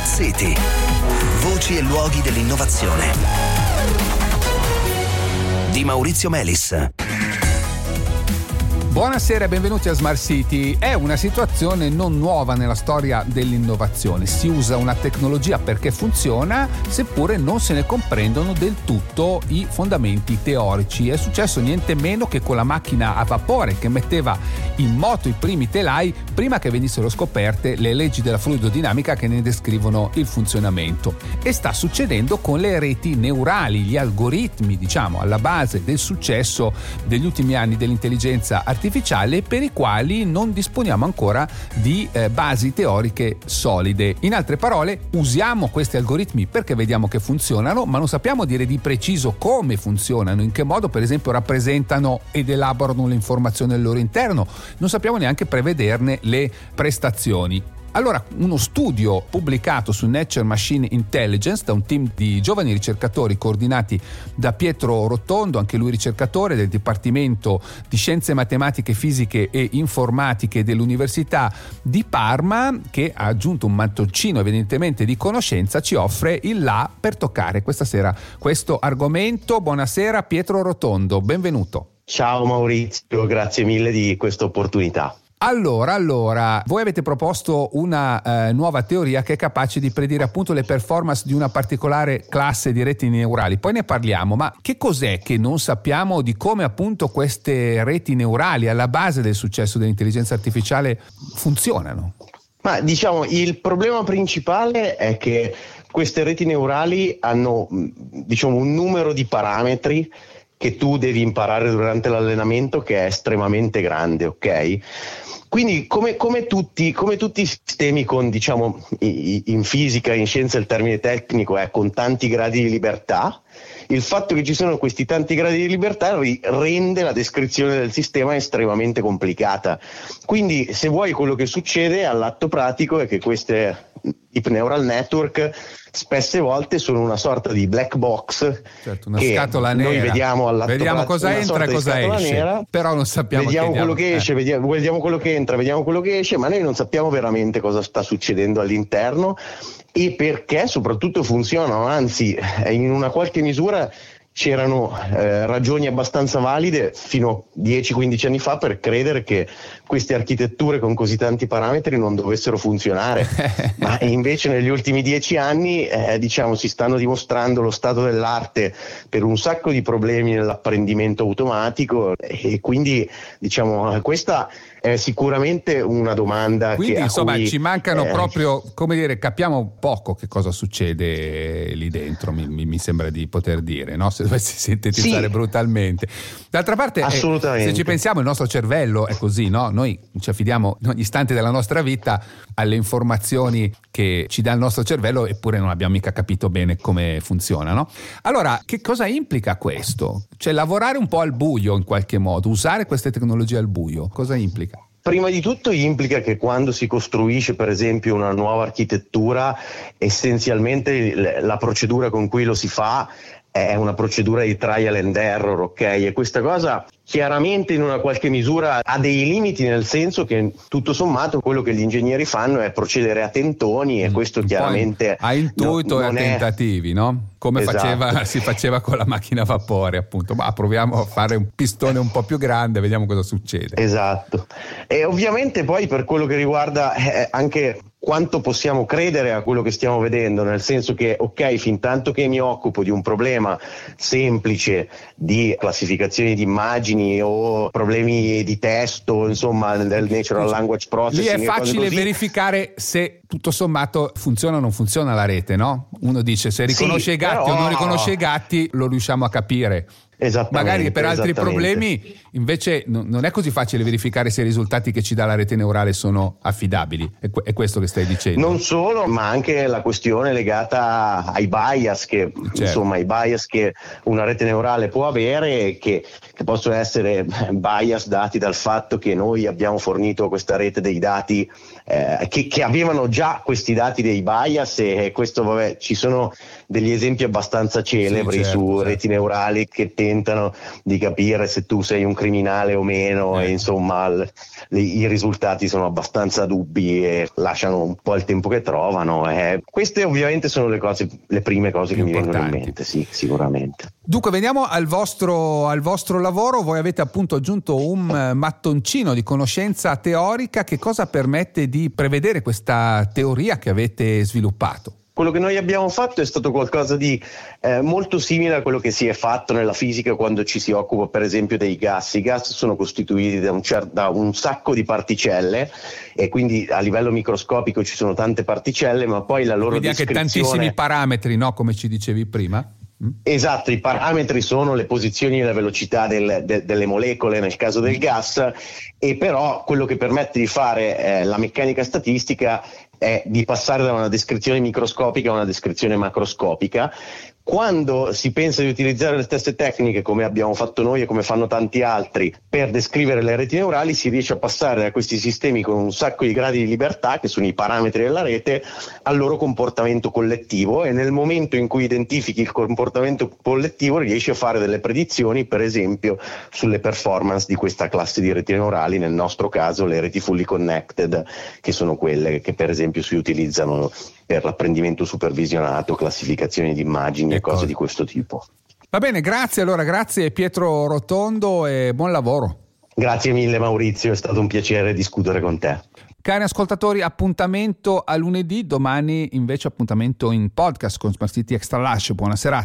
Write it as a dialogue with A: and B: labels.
A: Smart City. Voci e luoghi dell'innovazione. Di Maurizio Melis.
B: Buonasera e benvenuti a Smart City. È una situazione non nuova nella storia dell'innovazione. Si usa una tecnologia perché funziona, seppure non se ne comprendono del tutto i fondamenti teorici. È successo niente meno che con la macchina a vapore che metteva in moto i primi telai prima che venissero scoperte le leggi della fluidodinamica che ne descrivono il funzionamento. E sta succedendo con le reti neurali, gli algoritmi, alla base del successo degli ultimi anni dell'intelligenza artificiale, per i quali non disponiamo ancora di basi teoriche solide. In altre parole, usiamo questi algoritmi perché vediamo che funzionano, ma non sappiamo dire di preciso come funzionano, in che modo per esempio rappresentano ed elaborano le informazioni al loro interno. Non sappiamo neanche prevederne le prestazioni. Allora, uno studio pubblicato su Nature Machine Intelligence da un team di giovani ricercatori coordinati da Pietro Rotondo, anche lui ricercatore del Dipartimento di Scienze Matematiche, Fisiche e Informatiche dell'Università di Parma, che ha aggiunto un mattoncino evidentemente di conoscenza, ci offre il là per toccare questa sera questo argomento. Buonasera Pietro Rotondo, benvenuto.
C: Ciao Maurizio, grazie mille di questa opportunità.
B: Allora, voi avete proposto una nuova teoria che è capace di predire appunto le performance di una particolare classe di reti neurali. Poi ne parliamo, ma che cos'è che non sappiamo di come appunto queste reti neurali alla base del successo dell'intelligenza artificiale funzionano?
C: Ma il problema principale è che queste reti neurali hanno un numero di parametri che tu devi imparare durante l'allenamento che è estremamente grande, ok? Quindi come tutti i sistemi con, in fisica, in scienza il termine tecnico è con tanti gradi di libertà, il fatto che ci sono questi tanti gradi di libertà rende la descrizione del sistema estremamente complicata. Quindi se vuoi quello che succede all'atto pratico è che queste deep neural network spesse volte sono una sorta di black box,
B: certo, una scatola nera.
C: Noi vediamo
B: cosa entra e cosa esce,
C: nera,
B: però non sappiamo
C: vediamo quello che esce, vediamo quello che entra, vediamo quello che esce, ma noi non sappiamo veramente cosa sta succedendo all'interno e perché soprattutto funzionano, anzi in una qualche misura c'erano ragioni abbastanza valide fino a 10-15 anni fa per credere che queste architetture con così tanti parametri non dovessero funzionare, ma invece negli ultimi 10 anni si stanno dimostrando lo stato dell'arte per un sacco di problemi nell'apprendimento automatico e quindi questa è sicuramente una domanda.
B: Quindi
C: cui,
B: ci mancano proprio, capiamo poco che cosa succede lì dentro, mi sembra di poter dire, no? Se dovessi sintetizzare brutalmente. D'altra parte, se ci pensiamo, il nostro cervello è così, no? Noi ci affidiamo ogni istante della nostra vita alle informazioni che ci dà il nostro cervello, eppure non abbiamo mica capito bene come funziona, no? Allora, che cosa implica questo? Cioè lavorare un po' al buio in qualche modo, usare queste tecnologie al buio, cosa implica?
C: Prima di tutto implica che quando si costruisce per esempio una nuova architettura, essenzialmente la procedura con cui lo si fa è una procedura di trial and error, ok? E questa cosa chiaramente in una qualche misura ha dei limiti, nel senso che tutto sommato quello che gli ingegneri fanno è procedere a tentoni e questo chiaramente
B: a intuito e a tentativi, no? Come
C: esatto.
B: si faceva con la macchina a vapore, appunto. Ma proviamo a fare un pistone un po' più grande, vediamo cosa succede.
C: Esatto. E ovviamente poi per quello che riguarda anche quanto possiamo credere a quello che stiamo vedendo, nel senso che ok, fin tanto che mi occupo di un problema semplice di classificazione di immagini o problemi di testo, insomma del natural language processing,
B: lì è facile verificare se tutto sommato funziona o non funziona la rete, no? Uno dice se riconosce i gatti o non riconosce i gatti, lo riusciamo a capire. Magari per altri problemi invece non è così facile verificare se i risultati che ci dà la rete neurale sono affidabili. È questo che stai dicendo?
C: Non solo, ma anche la questione legata ai bias che i bias che una rete neurale può avere, che possono essere bias dati dal fatto che noi abbiamo fornito a questa rete dei dati che avevano già questi dati dei bias, e questo ci sono degli esempi abbastanza celebri su reti neurali che tentano di capire se tu sei un criminale o meno, e insomma i risultati sono abbastanza dubbi e lasciano un po' il tempo che trovano. Queste ovviamente sono le prime cose che mi vengono in mente, sì, sicuramente.
B: Dunque veniamo al vostro lavoro. Voi avete appunto aggiunto un mattoncino di conoscenza teorica. Che cosa permette di prevedere questa teoria che avete sviluppato?
C: Quello che noi abbiamo fatto è stato qualcosa di molto simile a quello che si è fatto nella fisica quando ci si occupa per esempio dei gas. I gas sono costituiti da un sacco di particelle e quindi a livello microscopico ci sono tante particelle, ma poi la loro descrizione...
B: Quindi anche tantissimi parametri, no? Come ci dicevi prima.
C: Esatto, i parametri sono le posizioni e la velocità delle molecole nel caso del gas, e però quello che permette di fare la meccanica statistica è di passare da una descrizione microscopica a una descrizione macroscopica. Quando si pensa di utilizzare le stesse tecniche, come abbiamo fatto noi e come fanno tanti altri, per descrivere le reti neurali, si riesce a passare da questi sistemi con un sacco di gradi di libertà, che sono i parametri della rete, al loro comportamento collettivo, e nel momento in cui identifichi il comportamento collettivo riesci a fare delle predizioni, per esempio sulle performance di questa classe di reti neurali, nel nostro caso le reti fully connected, che sono quelle che per esempio si utilizzano per l'apprendimento supervisionato, classificazione di immagini e cose di questo tipo.
B: Va bene, grazie Pietro Rotondo e buon lavoro.
C: Grazie mille Maurizio, è stato un piacere discutere con te.
B: Cari ascoltatori, appuntamento a lunedì, domani invece appuntamento in podcast con Smart City Extra Large. Buona serata.